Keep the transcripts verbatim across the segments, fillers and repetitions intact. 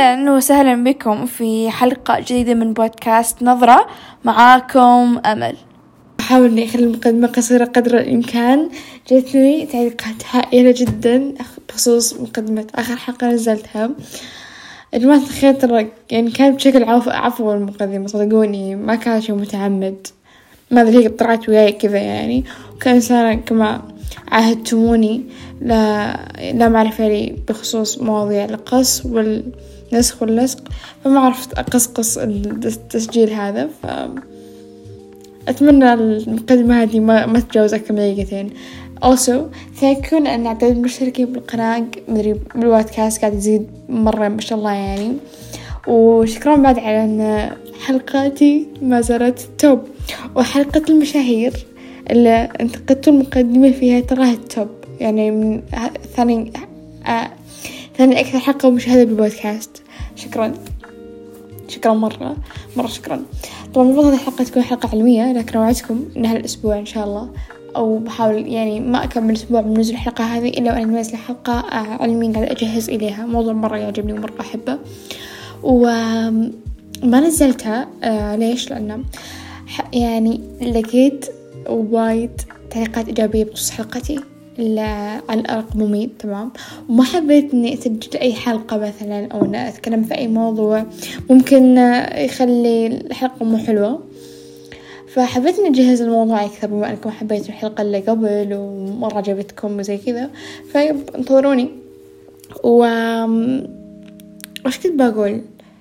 أهلا وسهلا بكم في حلقة جديدة من بودكاست نظرة. معاكم أمل. أحاول إني أخلي المقدمة قصيرة قدر الإمكان. جتني تعليقات هائلة جدا بخصوص مقدمة آخر حلقة نزلتها. جماعة الخير ترى يعني كانت بشكل عفو عفو المقدمة، صدقوني ما كان شيء متعمد، ما أدري هي طلعت وياي كذا يعني. وكان صار كما عاهدتموني لا لا معرفة لي بخصوص مواضيع القص والنسخ واللصق، فما عرفت أقصقص التسجيل هذا. فأتمنى المقدمة هذه ما ما تتجاوز أكثر من دقيقتين. also ثانكون أن عدد المشتركين بالقناة مدري بالبودكاست قاعد يزيد مرة ما شاء الله يعني. وشكرا بعد على أن حلقاتي ما زالت توب، وحلقة المشاهير اللي انتقدت المقدمة فيها تراها التوب يعني من ثاني آه ثاني أكثر حلقة مشاهدة بالبودكاست. شكرا شكرا مرة مرة شكرا. طبعا المفروض هذه الحلقة تكون حلقة علمية، لكن أوعدكم إنها الأسبوع إن شاء الله، أو بحاول يعني ما أكمل أسبوع من نزول الحلقة هذه إلا وأنا منزل حلقة علمية قاعدة أجهز إليها، موضوع مرة يعجبني ومرة أحبه وما نزلتها. آه ليش؟ لأنه يعني لقيت وايد تعليقات إيجابية بخصوص حلقتي عن الأرق مميت، تمام، وما حبيت إني أسجل أي حلقة مثلا أو إن أتكلم في أي موضوع ممكن يخلي الحلقة مو حلوة، فحبيت إني أجهز الموضوع أكثر بما أنكم حبيتوا الحلقة اللي قبل ومرة عجبتكم وزي كذا، فانتظروني. و وش كنت بقول؟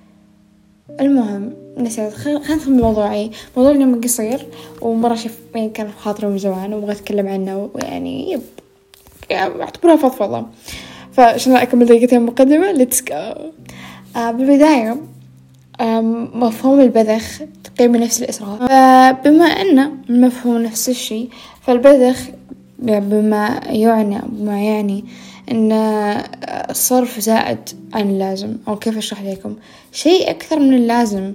المهم نسيت. خلينا ندخل بموضوعي. موضوعنا اليوم قصير ومرة شف يعني كان في خاطري من زمان وبغيت أتكلم عنه، ويعني يب يعني أعتبرها فضفضة، فعشان أكمل دقيقتين مقدمة لتسك. آه بالبداية آه مفهوم البذخ تقريبا نفس الإسراف، فبما أن المفهوم نفس الشيء فالبذخ بما يعني بما يعني إن الصرف زائد عن اللازم، أو كيف أشرح لكم شيء أكثر من اللازم،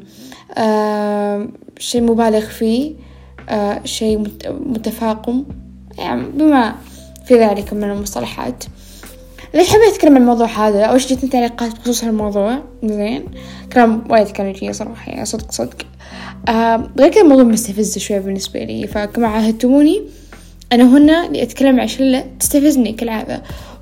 آه شيء مبالغ فيه، آه شيء متفاقم، يعني بما في ذلك من المصطلحات. ليش حبيت أتكلم عن الموضوع هذا؟ أول شيء جتني تعليقات بخصوص هالموضوع، زين كلام وايد كان يجي صراحة يعني صدق صدق. آه غير كذا الموضوع مستفز شوي بالنسبة لي، فكما عاهدتموني أنا هنا لأتكلم عن شلة تستفزني كالعادة،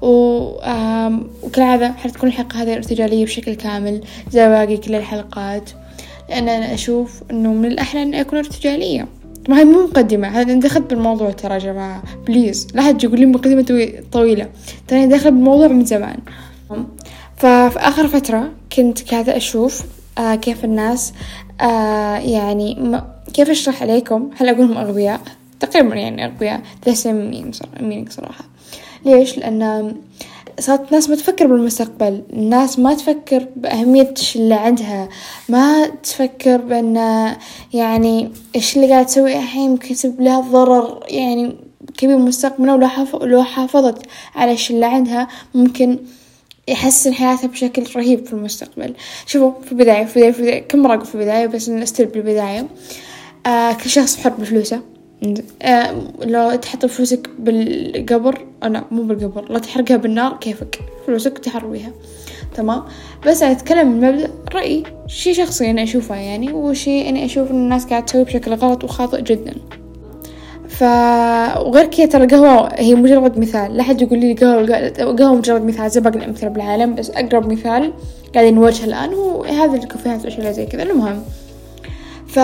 وكالعادة حتكون الحلقة هذه ارتجالية بشكل كامل زي باقي كل الحلقات، لأن أنا أشوف أنه من الأحلى أن أكون ارتجالية. ما هي مو مقدمة، هذا أنا دخلت بالموضوع ترى يا جماعة بليز لا حد يقول لي مقدمة طويلة، ترى داخل بالموضوع من زمان. ففي آخر فترة كنت قاعدة أشوف آه كيف الناس آه يعني ما كيف أشرح عليكم، هل أقولهم أغبياء؟ تقريبا يعني أغبياء تسمين صراحة صراحة. ليش؟ لأن صارت ناس ما تفكر بالمستقبل، الناس ما تفكر بأهمية إيش اللي عندها، ما تفكر بأن يعني إيش اللي قاعد تسويه الحين ممكن يسبب لها ضرر يعني كبير مستقبلا، ولو حافظ لو حافظت على إيش اللي عندها ممكن يحسن حياتها بشكل رهيب في المستقبل. شوفوا في البداية في البداية, في البداية كم مرة في البداية بس نستلب بالبداية. آه كل شخص حر بفلوسه. آه لو تحط فلوسك بالقبر أنا مو بالقبر، لا تحرقها بالنار، كيفك فلوسك تحرويها، تمام. بس أنا أتكلم من مبدأ رأيي، شيء شخصي أنا أشوفه يعني، وشيء أنا أشوف إن الناس قاعد تسوي بشكل غلط وخاطئ جدا. ف وغير كذا ترى القهوة هي مجرد مثال، لا حد يقول لي القهوة القهوة مجرد مثال زي باقي الأمثلة بالعالم، بس أقرب مثال قاعد نواجهه الآن هو هذا الكافيهات وأشياء زي كذا. المهم ف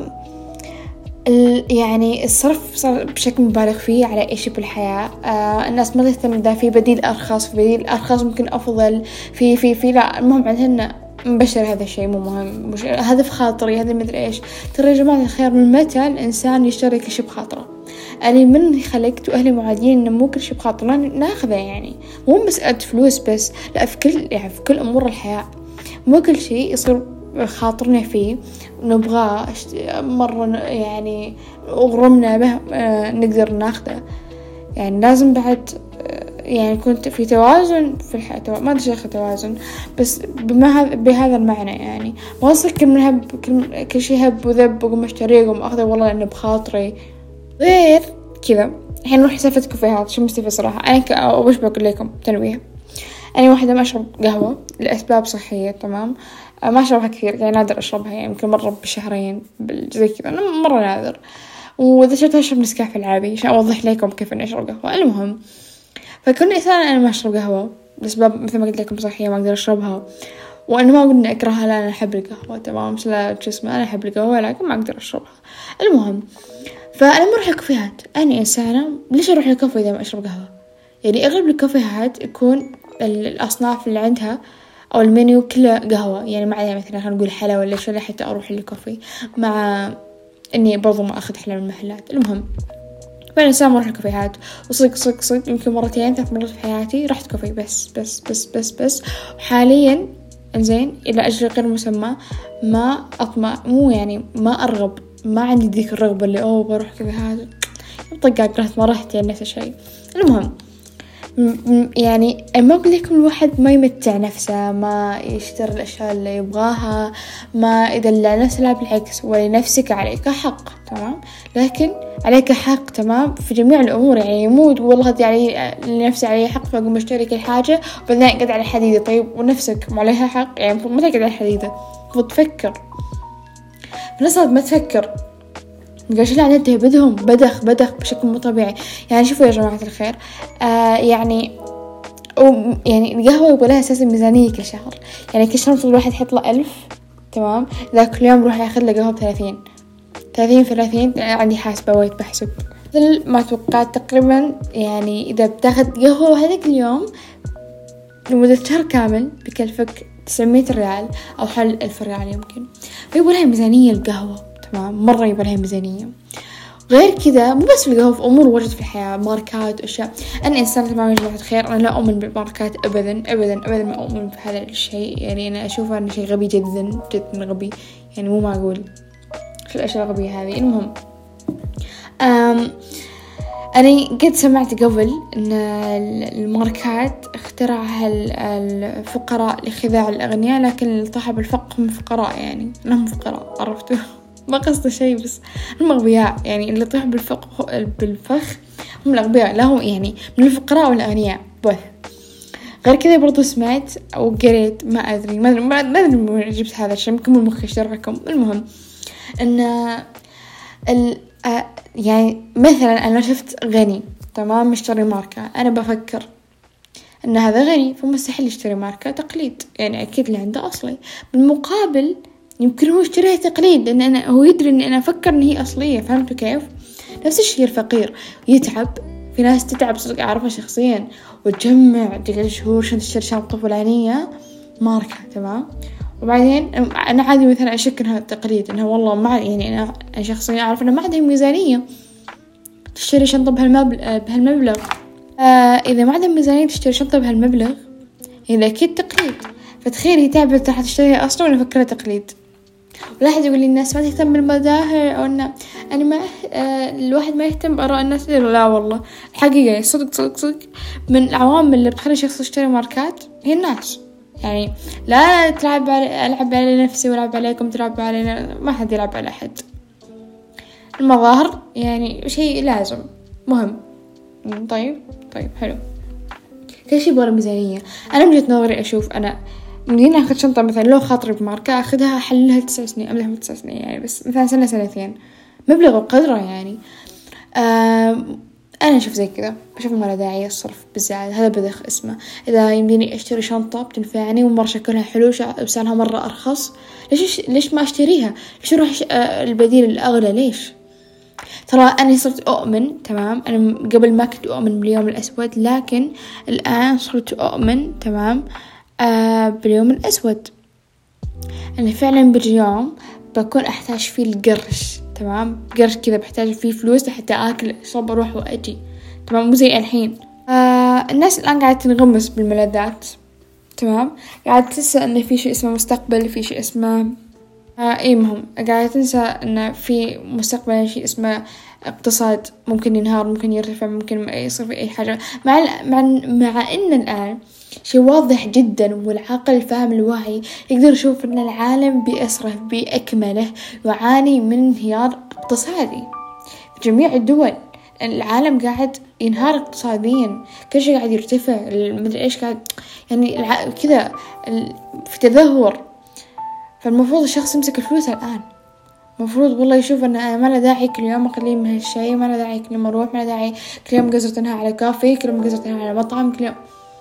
يعني الصرف صار بشكل مبالغ فيه على أي شيء بالحياة. آه الناس ما تهتم ده في بديل أرخص، في بديل أرخص ممكن أفضل في في في لا المهم عندنا مبشر هذا الشيء مو مهم، مش هدف خاطري هذا مدري إيش. ترى يا جماعة الخير من متى الإنسان يشتري كل شيء بخاطره؟ أنا من خلقت وأهلي معادين إنه مو كل شيء بخاطرنا ناخذه، يعني مو مسألة فلوس بس، لا في كل يعني في كل أمور الحياة مو كل شيء يصير خاطرنا فيه ونبغاه مرة يعني أغرمنا به آه نقدر ناخده، يعني لازم بعد آه يعني كنت في توازن في الحياة، ما أدري شيخ توازن بس بما بهذا المعنى، يعني ما أصير كل من هب كل, كل شيء هب وذب وقوم أشتريه وقوم أخذه والله لأنه بخاطري. غير كذا الحين نروح سالفة كافيهات. شو مستفيد صراحة أنا وش بقول لكم تنويه. أنا واحدة ما أشرب قهوة لأسباب صحية، تمام. ما أشربها كثير، يعني نادر أشربها، يعني يمكن مرة بشهرين زي كذا، أنا مرة نادر. وإذا شربت أشرب نسكافيه العادي عشان أوضح لكم كيف إني أشرب قهوة. المهم، فكل إنسان أنا ما أشرب قهوة لأسباب مثل ما قلت لكم صحية، ما أقدر أشربها. وأنا ما قلنا أكرهها، لا أنا أحب القهوة، تمام. لا جسمي أنا أحب القهوة لكن ما أقدر أشربها. المهم، فأنا ما أروح الكافيهات. أنا إنسانة ليش أروح الكافيه إذا ما أشرب قهوة؟ يعني أغلب الكافيهات يكون الأصناف اللي عندها أو المنيو كله قهوة، يعني مع مثلا خلينا نقول حلا ولا شيء حتى أروح للكافيه، مع إني برضو ما أخذ حلا من المحلات. المهم، فأنا إنسان ما أروح الكافيهات، وصدق صدق صدق يمكن مرتين ثلاث مرات في حياتي رحت كافيه بس بس بس بس بس وحاليا إنزين إلى أجل غير مسمى ما أطمع، مو يعني ما أرغب، ما عندي ذيك الرغبة اللي أوه بروح كافيهات طقاق رحت ما رحت، يعني نفس الشيء. المهم، يعني ما أقول لكم الواحد ما يمتع نفسه، ما يشتري الأشياء اللي يبغاها، ما يدلع نفسه، لا بالعكس، ولنفسك عليك حق، تمام. لكن عليك حق، تمام، في جميع الأمور، يعني يموت والله هدي علي لنفسي علي حق فأقوم أشتري كل حاجة وبعدين أقعد على الحديدة. طيب ونفسك ما عليها حق؟ يعني المفروض ما تقعد على الحديدة، المفروض تفكر. الناس ما تفكر، قاش لا ننتهي بدهم بدخ بدخ بشكل مو طبيعي. يعني شوفوا يا جماعة الخير، آه يعني أو يعني القهوة يبغى لها أساسا ميزانية كل شهر، يعني كل شهر المفروض الواحد يحط له ألف، تمام. إذا كل يوم يروح ياخذ له قهوة بثلاثين ثلاثين ثلاثين، عندي حاسبة ويت بحسب مثل ما توقعت تقريبا. يعني إذا بتاخذ قهوة هذاك اليوم لمدة شهر كامل بكلفك تسعمية ريال أو حول ألف ريال يمكن. فيبغى لها ميزانية القهوة، تمام، مرة يبغى لها ميزانية. غير كذا مو بس في القهوة، في أمور واجد في الحياة، ماركات أشياء. أنا إنسان تمام يا جماعة الخير، أنا لا أؤمن بالماركات أبدا أبدا أبدا، ما أؤمن بهذا الشيء. يعني أنا أشوفه أنه شيء غبي جدا جدا غبي، يعني مو معقول شو الأشياء الغبية هذه. المهم، أم أنا قد سمعت قبل أن الماركات اخترعها الفقراء لخداع الأغنياء، لكن صاحب الفقه هم فقراء، يعني هم فقراء، عرفتوا؟ ما قصد شيء، بس هم أغبياء، يعني اللي يطيح بالفقه بالفخ هم الأغبياء، لا هم يعني من الفقراء والأغنياء بث. غير كذا برضو سمعت أو قريت، ما أدري ما أدري ما أدري جبت هذا الشيء، ممكن من مخي شرحكم. المهم أن ال يعني مثلا أنا شفت غني، تمام، مشتري ماركة، أنا بفكر أن هذا غني فمستحيل يشتري ماركة تقليد، يعني أكيد اللي عنده أصلي. بالمقابل يمكن هو يشتريها تقليد لأن أنا هو يدري إن أنا أفكر إن هي أصلية، فهمتوا كيف؟ نفس الشيء الفقير يتعب، في ناس تتعب صدق أعرفها شخصيا وتجمع تقعد شهور عشان تشتري شنطة فلانية ماركة، تمام. وبعدين أنا عادي مثلا أشك إنها تقليد، إنها والله ما يعني أنا شخصيا أعرف إنها ما عندها ميزانية تشتري شنطة بهالمبلغ بهالمبلغ آه إذا ما عندها ميزانية تشتري شنطة بهالمبلغ إذا أكيد تقليد. فتخيل هي تعبت راح تشتريها أصلا وأنا فكرة تقليد. ولا أحد يقول لي الناس ما تهتم بالمظاهر أو إن أنا ما آه الواحد ما يهتم بآراء الناس. لا والله الحقيقة صدق صدق صدق من العوامل اللي بتخلي شخص يشتري ماركات هي الناس. يعني لا تلعب على ألعب على نفسي وألعب عليكم تلعب علينا، ما حد يلعب على أحد. المظاهر يعني شيء لازم مهم. طيب طيب حلو، كل شيء يبغى ميزانية. أنا من وجهة نظري أشوف أنا مدينة أخذ شنطة مثلا لو خاطري بماركة أخذها أحللها تسع سنين أملها تسع سنين، يعني بس مثلا سنة سنتين مبلغ وقدره. يعني أنا أشوف زي كذا، أشوف ما له داعي الصرف بالزيادة، هذا بذخ اسمه. إذا يمديني أشتري شنطة بتنفعني ومرة شكلها حلو بسعرها مرة أرخص، ليش ليش ما أشتريها؟ ليش أروح البديل الأغلى؟ ليش؟ ترى أنا صرت أؤمن، تمام، أنا قبل ما كنت أؤمن باليوم الأسود، لكن الآن صرت أؤمن، تمام، آه باليوم الأسود. أنا فعلا باليوم بكون أحتاج فيه القرش، تمام، قرش كذا بحتاج فيه فلوس حتى أكل شرب أروح وأجي، تمام، مو زي الحين. آه الناس الآن قاعدة تنغمس بالملذات، تمام، قاعدة تنسى إن في شيء اسمه مستقبل، في شيء اسمه آه إيه مهم، قاعدة تنسى إن في مستقبل شيء اسمه اقتصاد ممكن ينهار ممكن يرتفع ممكن يصير في أي حاجة. مع مع مع إن الآن شيء واضح جدا والعقل الفاهم الواعي يقدر يشوف إن العالم بأسره بأكمله يعاني من انهيار اقتصادي في جميع الدول. العالم قاعد ينهار اقتصاديا، كل شيء قاعد يرتفع، مدري إيش قاعد يعني الع... كذا في تدهور. فالمفروض الشخص يمسك الفلوس الآن، مفروض والله يشوف أنه ما له داعي كل يوم أقليل من هالشيء، ما له داعي كل يوم أروح، ما له داعي كل يوم قزرت أنها على كافي، كل يوم قزرت أنها على مطعم، كل يوم.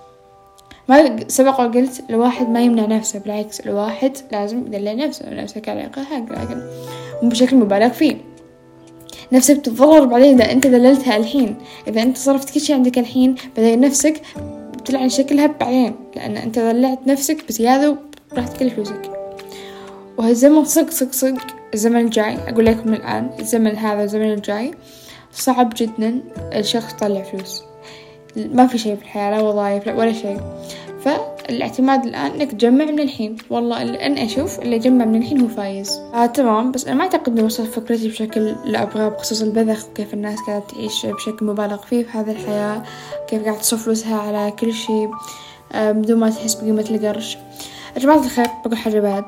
ما سبق وقلت الواحد ما يمنع نفسه، بالعكس الواحد لازم يدلع نفسه، نفسك على حق، لكن مو بشكل مبالغ فيه. نفسك بتتضرر بعدين إذا أنت دللتها الحين، إذا أنت صرفت كل شيء عندك الحين بعدين نفسك بتلعن شكلها بعدين، لأن أنت دلعت نفسك بزيادة وراحت كل فلوسك. وهالزمن صدق صدق صدق الزمن الجاي، أقول لكم الآن الزمن هذا الزمن الجاي صعب جدا الشخص يطلع فلوس، ما في شيء في الحياة، لا وظائف لا ولا شيء. فالاعتماد الآن إنك تجمع من الحين، والله اللي أنا أشوف اللي يجمع من الحين هو فايز. آه تمام، بس أنا ما أعتقد إني وصلت فكرتي بشكل لا أبغى بخصوص البذخ، وكيف الناس قاعدة تعيش بشكل مبالغ فيه في هذه الحياة، كيف قاعدة تصرف فلوسها على كل شيء آه بدون ما تحس بقيمة القرش. يا جماعة الخير بقول حاجة بعد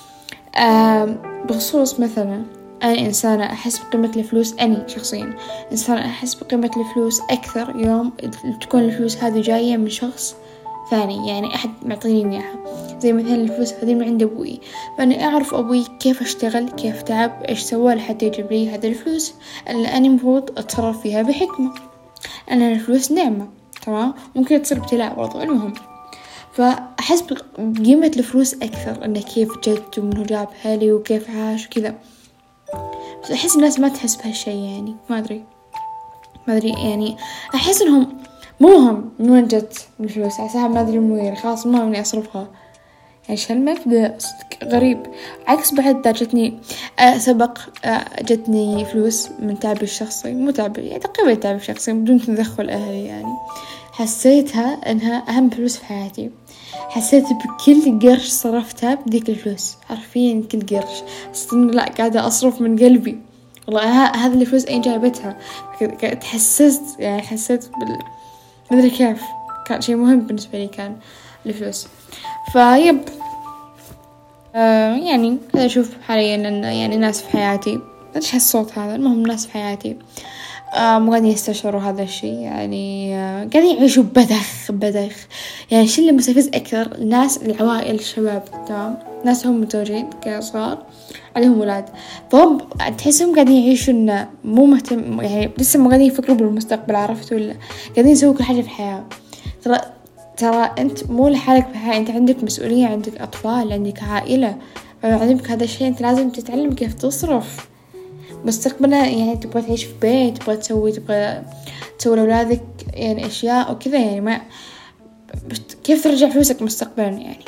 آه بخصوص مثلا أنا إنسانة أحس بقيمة الفلوس، أنا شخصيا إنسانة أحس بقيمة الفلوس أكثر يوم تكون الفلوس هذه جاية من شخص ثاني، يعني أحد معطيني إياها. زي مثلا الفلوس هذه من عند أبوي، فأنا أعرف أبوي كيف اشتغل، كيف تعب، إيش سوى لحتى يجيب لي هذه الفلوس اللي أنا مفروض أتصرف فيها بحكمة. أنا الفلوس نعمة تمام، ممكن تصير ابتلاء برضو، المهم. فأحس بقيمة الفلوس أكثر، إنه كيف جت ومنه جابها لي وكيف عاش وكذا. بس أحس الناس ما تحس بهالشي، يعني ما أدري ما أدري يعني أحس إنهم مو مهم من وين جت الفلوس، عساها ما أدري من وين، خلاص ما إني أصرفها. يعني هالمبدأ صدق غريب. عكس بعد جتني أه سبق أه جتني فلوس من تعبي الشخصي، مو تعبي يعني تقريبا تعبي الشخصي بدون تدخل أهلي، يعني حسيتها إنها أهم فلوس في حياتي. حسيت بكل قرش صرفتها بديك الفلوس، عارفين كل قرش أصلاً لا قاعدة أصرف من قلبي والله. هذا الفلوس أين جايبتها؟ تحسست يعني حسيت بال ما أدري كيف، كان شيء مهم بالنسبة لي كان الفلوس. فيب آه يعني هذا أشوف حاليا أن يعني ناس في حياتي، إيش هالصوت هذا، المهم ناس في حياتي آه مو قاعدين يستشعروا هذا الشيء، يعني آه قاعدين يعيشوا بدخ بدخ. يعني شو اللي مستفز أكثر؟ الناس العوائل الشباب تمام، ناس هم متزوجين كصغار عليهم أولاد، فهم تحسهم قاعدين يعيشوا مو مهتم، يعني لسه مو قاعدين يفكروا بالمستقبل، عرفت ولا؟ قاعدين يسووا كل حاجة في الحياة. ترى ترى أنت مو لحالك في الحياة، أنت عندك مسؤولية، عندك أطفال، عندك عائلة، فعندك هذا الشيء أنت لازم تتعلم كيف تصرف مستقبلا. يعني تبغى تعيش في بيت، تبغى تسوي تبغى تسوي لأولادك يعني أشياء وكذا، يعني ما كيف ترجع فلوسك مستقبلا. يعني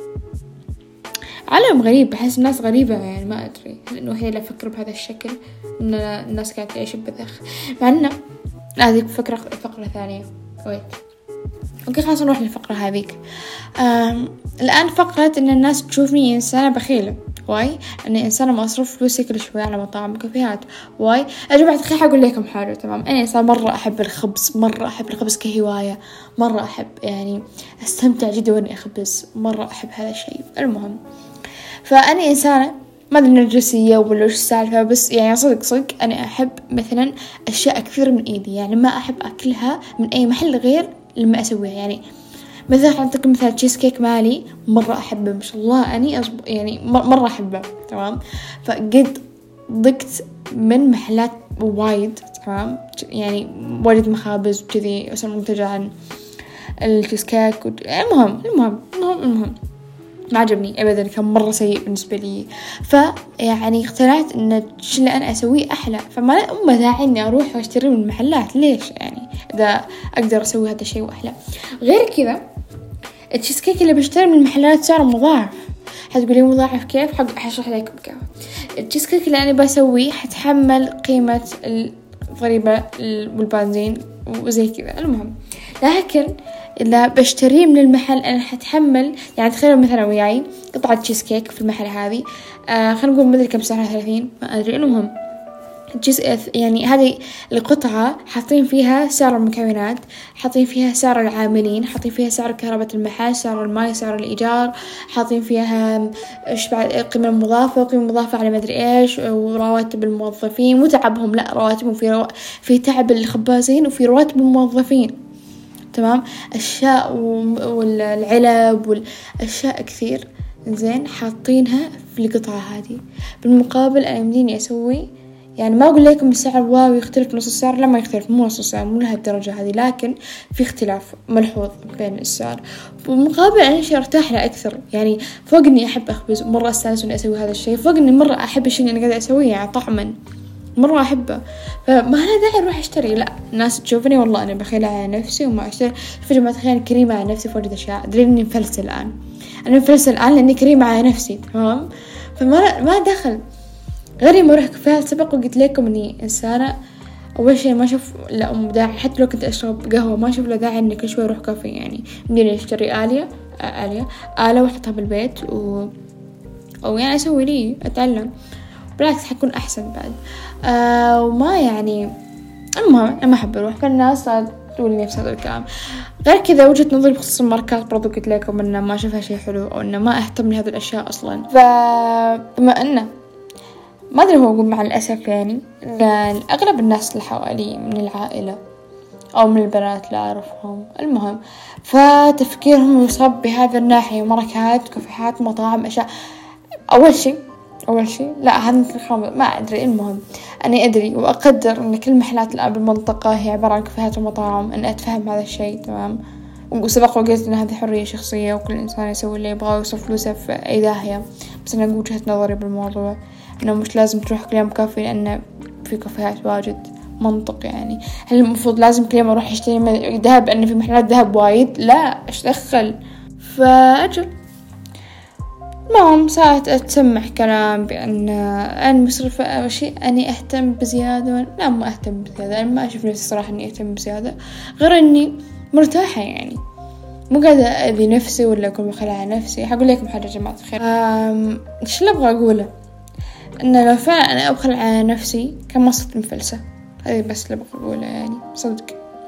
عالم غريب، بحس الناس غريبة، يعني ما أدري لأنه هي لا أفكر بهذا الشكل إن الناس قاعدة تعيش ببذخ، مع إنه هذه فكرة فقرة ثانية. ويت أوكي خلاص نروح للفقرة هذيك. الآن فقرة إن الناس تشوفني إنسانة بخيلة، واي أنا إنسانة ما أصرف فلوسي كل شوي على مطاعم وكافيهات. واي يا جماعة الخير حقول لكم حاجة تمام، أنا إنسان مرة أحب الخبز، مرة أحب الخبز كهواية، مرة أحب يعني أستمتع جدا وأني أخبز، مرة أحب هذا الشيء. المهم فأنا إنسانة ما أدري نرجسية ولا وش السالفة، بس يعني صدق صدق أنا أحب مثلا أشياء كثير من إيدي، يعني ما أحب أكلها من أي محل غير لما أسويها. يعني مثلا أعطيكم مثلا تشيز كيك مالي مرة أحبه، ما شاء الله أني أصب يعني مرة أحبه تمام. فقد ضقت من محلات وايد تمام، يعني وايد مخابز وكذي أصلا منتجة عن التشيز كيك و... المهم المهم المهم المهم ما عجبني أبدا، كان مرة سيء بالنسبة لي. فيعني اقتنعت إن الشيء اللي أنا أسويه أحلى، فما أم داعي إني أروح وأشتري من المحلات، ليش يعني إذا أقدر أسوي هذا الشيء وأحلى. غير كذا التشيز كيك اللي بشتري من المحلات سعره مضاعف. حتقولي مضاعف كيف؟ حق حشرح لكم كيف. التشيز كيك اللي أنا بسويه حتحمل قيمة الضريبة والبنزين وزي كذا. المهم لكن إذا بشتريه من المحل أنا حتحمل، يعني تخيلوا مثلا وياي قطعة تشيز كيك في المحل هذه آه خلينا نقول مدري كم سعرها، ثلاثين ما أدري. المهم جزء يعني هذه القطعة حاطين فيها سعر المكونات، حاطين فيها سعر العاملين، حاطين فيها سعر كهرباء المحل، سعر الماء، سعر الإيجار، حاطين فيها إيش بعد قيمة مضافة، قيمة مضافة على مدري إيش، ورواتب الموظفين، مو تعبهم لا رواتبهم، في رو... في تعب الخبازين وفي رواتب الموظفين. تمام. أشياء والعلب والأشياء كثير زين حاطينها في القطعة هذه. بالمقابل أنا يمديني أسوي يعني ما أقول لكم السعر واو يختلف نص السعر، لا ما يختلف مو نص السعر مو لهالدرجة هذه، لكن في اختلاف ملحوظ بين السعر. بالمقابل أنا شيء أرتاح له أكثر، يعني فوق إني أحب أخبز مرة أستانس إني أسوي هذا الشيء، فوق إني مرة أحب الشيء اللي أنا قاعدة أسويه يعني طعما مرة أحبه، فما أنا داعي أروح أشتري. لا الناس تشوفني والله أنا بخيلة على نفسي وما أشتري. فجأة ما تخيل كريمة على نفسي فوجد أشياء أدري إني مفلسة الآن، أنا مفلسة الآن لأني كريمة على نفسي. تمام. فما ما دخل غير ما أروح كفاية. سبق وقلت لكم إني إنسانة أول شيء ما أشوف لا أم داعي، حتى لو كنت أشرب قهوة ما أشوف لا داعي إني كل شوي أروح كافي. يعني بدي أشتري آلية آلية آلة وأحطها بالبيت و أو يعني أسوي لي أتعلم، بالعكس حيكون أحسن بعد. آه وما يعني المهم أنا ما أحب أروح، فالناس تقول نفس هذا الكلام. غير كذا وجهة نظري بخصوص الماركات برضو قلت لكم إنه ما أشوفها شيء حلو أو إنه ما أهتم لهذه الأشياء أصلا. فبما إنه ما أدري هو أقول مع الأسف يعني إن أغلب الناس اللي حوالي من العائلة أو من البنات اللي أعرفهم المهم فتفكيرهم يصب بهذا الناحية، ماركات كافيهات مطاعم أشياء. أول شيء أول شيء لا هذا ما أدري. المهم أنا أدري وأقدر أن كل محلات الآن بالمنطقة هي عبارة عن كافيهات ومطاعم، أنا أتفهم هذا الشيء. تمام. وسبق وقلت أن هذه حرية شخصية وكل إنسان يسوي اللي يبغاه ويصرف فلوسه في أي داهية، بس أنا وجهة نظري بالموضوع إنه مش لازم تروح كل يوم كافي لأن في كافيهات واجد منطق. يعني هل المفروض لازم كل يوم أروح أشتري ذهب لأن في محلات ذهب وايد؟ لا إيش دخل. فأجل المهم ساعات أتسمع كلام بأن أنا مصرفة أو شيء أني أهتم بزيادة. لا ما أهتم بزيادة، أنا ما أشوف نفسي صراحة أني أهتم بزيادة، غير أني مرتاحة يعني مو قاعدة أذي نفسي ولا أكون مخلة على نفسي. حقول لكم حاجة يا جماعة الخير، إيش اللي أبغى أقوله إنه لو فعلا أنا أبخل على نفسي كان ما صرت مفلسة. هذه بس اللي أبغى أقوله يعني صدق.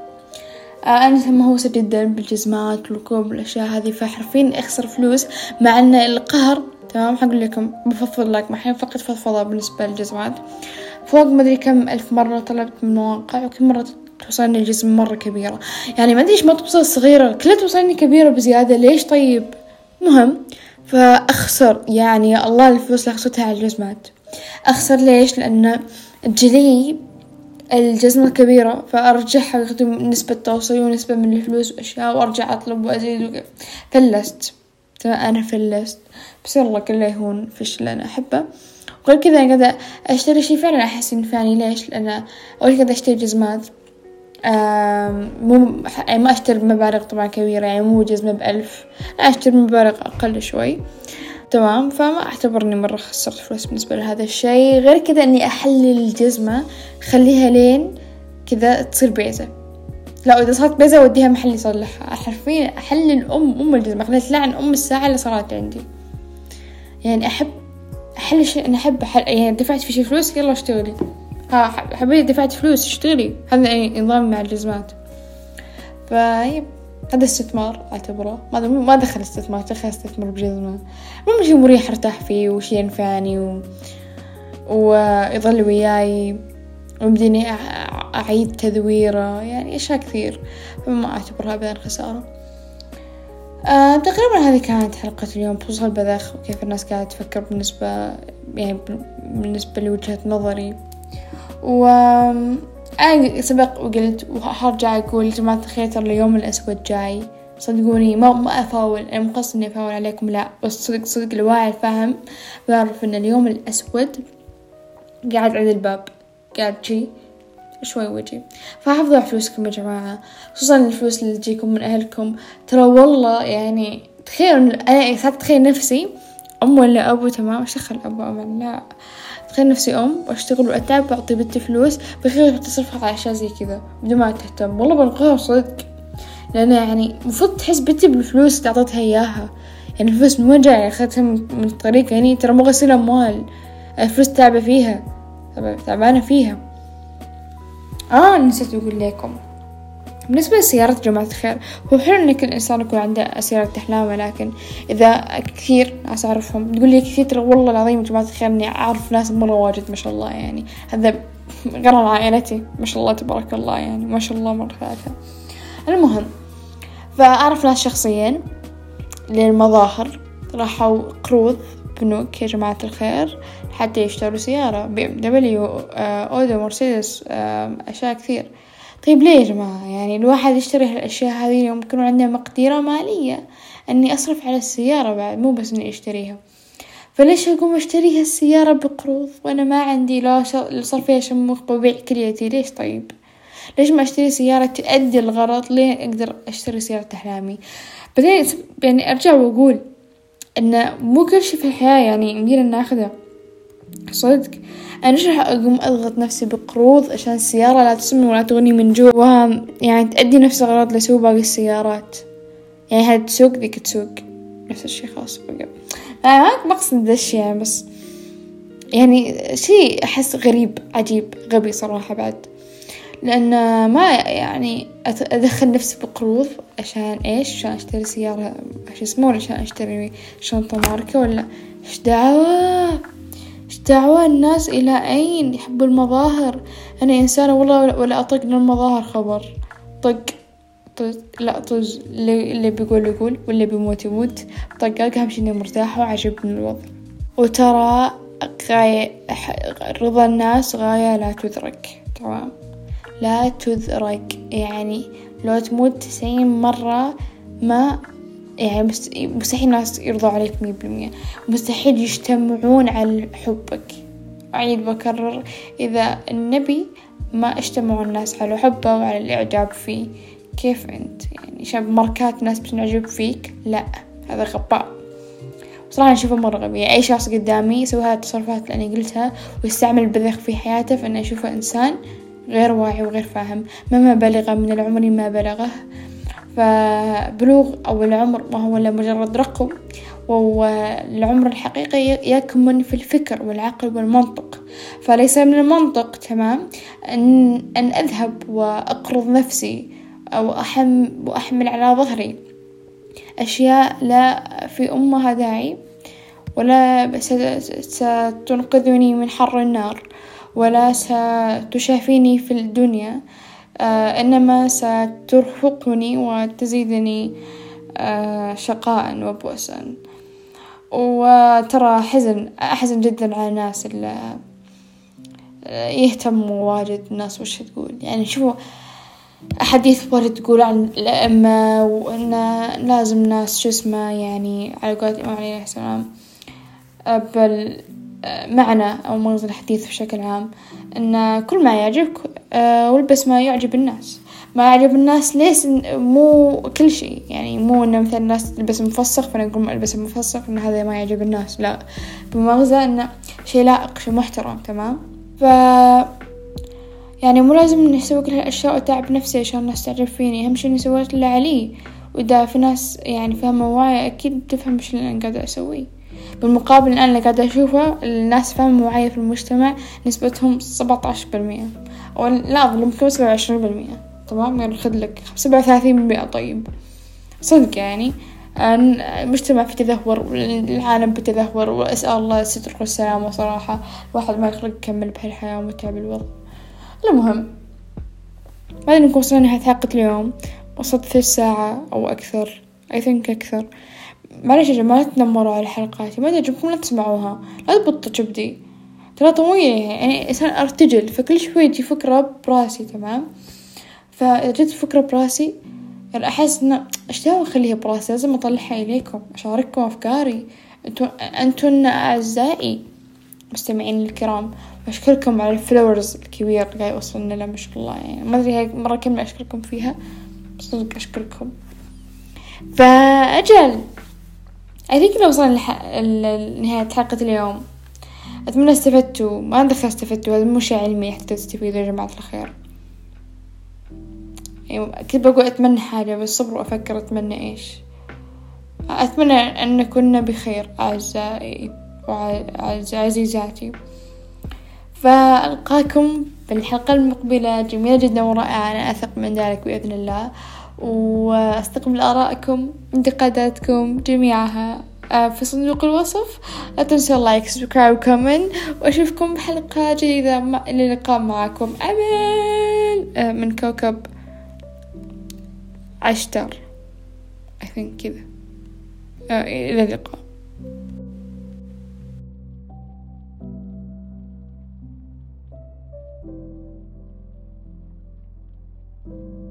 أنا مهووسة جدا بالجزمات والركوب والأشياء هذه، فحرفين أخسر فلوس مع أن القهر. تمام. حقول لكم بفضل لك ما حين فقط فضفضة بالنسبة للجزمات فوق ما أدري كم ألف مرة طلبت من مواقع وكل مرة توصلني الجزم مرة كبيرة. يعني ما أدري إيش ما توصل صغيرة كلها توصلني كبيرة بزيادة ليش طيب. مهم فأخسر يعني الله الفلوس اللي خسرتها على الجزمات. أخسر ليش؟ لأن تجلي الجزمة الكبيرة فأرجعها وياخدوا نسبة توصيل ونسبة من الفلوس وأشياء وأرجع أطلب وأزيد. فلست أنا فلست بس يلا كله يهون فيش اللي أنا أحبه. وغير كذا أنا قاعدة أشتري شيء فعلا أحس إن فاني. ليش؟ لأن أول قاعدة أشتري جزمات مو ما أشتري بمبالغ طبعا كبيرة، يعني مو جزمة بألف، لا أشتري بمبالغ أقل شوي. تمام. فما أعتبرني مرة خسرت فلوس بالنسبة لهذا الشيء. غير كذا أني أحلل الجزمة خليها لين كذا تصير بيزة، لا إذا صارت بيزة وديها محل يصلحها. حرفيا أحلل أم أم الجزمة خليت لعن أم الساعة اللي صارت عندي. يعني أحب أحل شيء أنا أحب أحل. يعني دفعت في شيء فلوس يلا اشتغلي، ها حبيبي دفعت فلوس اشتغلي. هذا يعني نظام مع الجزمات. فيب هذا استثمار أعتبره. ما ما دخل استثمار دخل استثمار بجزمة مو شيء مريح أرتاح فيه وشيء ينفعني و... ويظل وياي ومديني أعيد تذويره يعني أشياء كثير. فما أعتبرها أبدا خسارة. آه تقريبا هذه كانت حلقة اليوم بخصوص البذخ وكيف الناس قاعدة تفكر بالنسبة يعني بالنسبة لوجهة نظري. و أنا سبق وقلت وهرجع أقول جماعة الخير ترى اليوم الأسود جاي صدقوني. ما ما أفاول أنا مقصد إني أفاول عليكم لا، بس صدق صدق الواعي الفهم بيعرف إن اليوم الأسود قاعد عند الباب قاعد جي شوي وجي. فحافظوا على فلوسكم يا جماعة، خصوصا الفلوس اللي تجيكم من أهلكم. ترى والله يعني تخيل أنا ساعات تخيل نفسي أم ولا أبو. تمام أشتغل أبو أم لا تخيل نفسي أم وأشتغل وأتعب وأعطي بنتي فلوس بخير تصرفها على أشياء زي كذا بدون ما تهتم. والله بالقهر صدق، لأن يعني مفروض تحس بنتي بالفلوس اللي أعطيتها إياها. يعني الفلوس من وين جاية؟ أخذتها من طريق يعني ترى مو غسيل أموال، الفلوس تعبة فيها تعبانة فيها. آه نسيت أقول لكم بالنسبة للسيارات جماعة الخير، هو حلو إن كل إنسان يكون عنده سيارة أحلامه، لكن إذا كثير ناس أعرفهم تقول لي كثير ترى والله العظيم جماعة الخير إني أعرف ناس مرة واجد ما شاء الله، يعني هذا غير عائلتي ما شاء الله تبارك الله، يعني ما شاء الله مرة ثالثة. المهم فأعرف ناس شخصيا للمظاهر راحوا قروض بنوك يا جماعة الخير حتى يشتروا سيارة بي ام دبليو، أودو، مرسيدس، أشياء كثير. طيب ليه يا جماعة؟ يعني الواحد يشتري هالأشياء هذه يوم يكون عنده مقدرة مالية إني أصرف على السيارة بعد، مو بس إني أشتريها. فليش أقوم أشتريها السيارة بقروض وأنا ما عندي لا صار فيها شموخ ببيع كليتي؟ ليش طيب؟ ليش ما أشتري سيارة تؤدي الغرض؟ ليه أقدر أشتري سيارة أحلامي؟ بعدين يعني أرجع وأقول إن مو كل شيء في الحياة يعني يمدينا ناخذه صدق. أنا مش راح أقوم أضغط نفسي بقروض عشان السيارة لا تسمن ولا تغني من جوا، ويعني تأدي نفس الغرض اللي يسوي باقي السيارات. يعني هاد تسوق ذيك تسوق نفس الشيء خلاص بقى. أنا ما بقصد ذا الشيء يعني، بس يعني شيء أحس غريب عجيب غبي صراحة بعد، لأن ما يعني أدخل نفسي بقروض عشان إيش؟ عشان أشتري سيارة إيش اسمه، عشان أشتري شنطة ماركة ولا إيش دعوة إيش دعوة الناس إلى أين يحبوا المظاهر؟ أنا إنسانة والله ولا أطق للمظاهر خبر طق طز لا طز اللي, اللي بيقول يقول واللي بيموت يموت. طقاق أهم شي إني مرتاحة وعجبني الوضع. وترى غاية رضا الناس غاية لا تدرك، تمام؟ لا تدرك يعني لو تموت تسعين مرة ما يعني مستحيل الناس يرضوا عليك مية بالمية، مستحيل يجتمعون على حبك. أعيد بكرر، إذا النبي ما اجتمعوا الناس على حبه وعلى الإعجاب فيه، كيف أنت يعني شاب ماركات ناس بتنعجب فيك؟ لا هذا غباء صراحة. أشوفه مرة غبي. أي شخص قدامي يسوي هذه التصرفات اللي أنا قلتها ويستعمل البذخ في حياته، فأنا أشوفه إنسان غير واعي وغير فاهم، مهما بلغ من العمر ما بلغه. فبلوغ أو العمر ما هو إلا مجرد رقم، والعمر الحقيقي يكمن في الفكر والعقل والمنطق. فليس من المنطق تمام أن, أن أذهب وأقرض نفسي أو أحم وأحمل على ظهري أشياء لا في أمها داعي، ولا ستنقذني من حر النار، ولا ستشافيني في الدنيا، آه إنما سترهقني وتزيدني آه شقاء وبؤسا. وترى حزن أحزن جدا على الناس اللي يهتموا واجد الناس وش تقول. يعني شوفوا أحاديث واجد تقول عن الأئمة وإن لازم ناس شو اسمه يعني على قولة الإمام عليه السلام بل معنى أو مغزى الحديث بشكل عام أن كل ما يعجبك والبس ما يعجب الناس. ما يعجب الناس ليس مو كل شيء، يعني مو إن مثلا الناس تلبس مفسخ فأنا أقول ألبس مفسخ إن هذا ما يعجب الناس، لا، بمغزى إنه شيء لائق شيء محترم، تمام؟ ف يعني مو لازم إني أسوي كل هالأشياء وتعب نفسي عشان الناس تعجب فيني. أهم شيء إني سويت اللي علي، وإذا في ناس يعني فاهمة واعي أكيد تفهم إيش اللي أنا قاعدة أسويه. بالمقابل الآن اللي قاعدة أشوفه الناس فاهمة وعي في المجتمع نسبتهم سبعة عشر بالمية، أو لا أظن ممكن سبعة وعشرين بالمية، تمام؟ يعني خذ لك سبعة وثلاثين بالمية. طيب صدق يعني المجتمع في تدهور والعالم بتدهور، وأسأل الله الستر والسلامة. صراحة الواحد ما يخلق يكمل بهالحياة ومتعب الوضع. المهم بعد نكون وصلنا نهاية حلقة اليوم، وصلت ثلاث ساعة أو أكثر I think أكثر. معلش يا جماعة لا تنمروا على حلقاتي، ما تعجبكم لا تسمعوها، لا تبطوا جبدي ترى طويلة يعني إنسان أرتجل، فكل شوي تجي فكرة براسي، تمام؟ فإذا جت فكرة براسي يعني أحس إن أشتاق أخليها براسي، لازم أطلعها إليكم أشارككم أفكاري. أنتم أنتم أعزائي مستمعين الكرام، وأشكركم على الفلورز الكبير اللي قاعد يوصلنا له ما شاء الله. يعني ما أدري هاي مرة كم أشكركم فيها، بس صدق أشكركم. فأجل I think لو وصلنا لنهاية حلقة اليوم أتمنى استفدتوا. ما أدري استفدتوا، هذا مو شيء علمي حتى تستفيدوا يا جماعة الخير. يعني كنت بقول أتمنى حاجة بس صبر وأفكر أتمنى إيش. أتمنى أن كنا بخير أعزائي وعزيزاتي. فألقاكم بالحلقة المقبلة جميلة جدا ورائعة، أنا أثق من ذلك بإذن الله، وأستقبل آرائكم انتقاداتكم جميعها في صندوق الوصف. لا تنسوا لايك سبسكرايب وكومنت، وأشوفكم بحلقة جديدة. إلى اللقاء معكم أمل من كوكب عشتر I think كذا. إلى اللقاء. Thank you.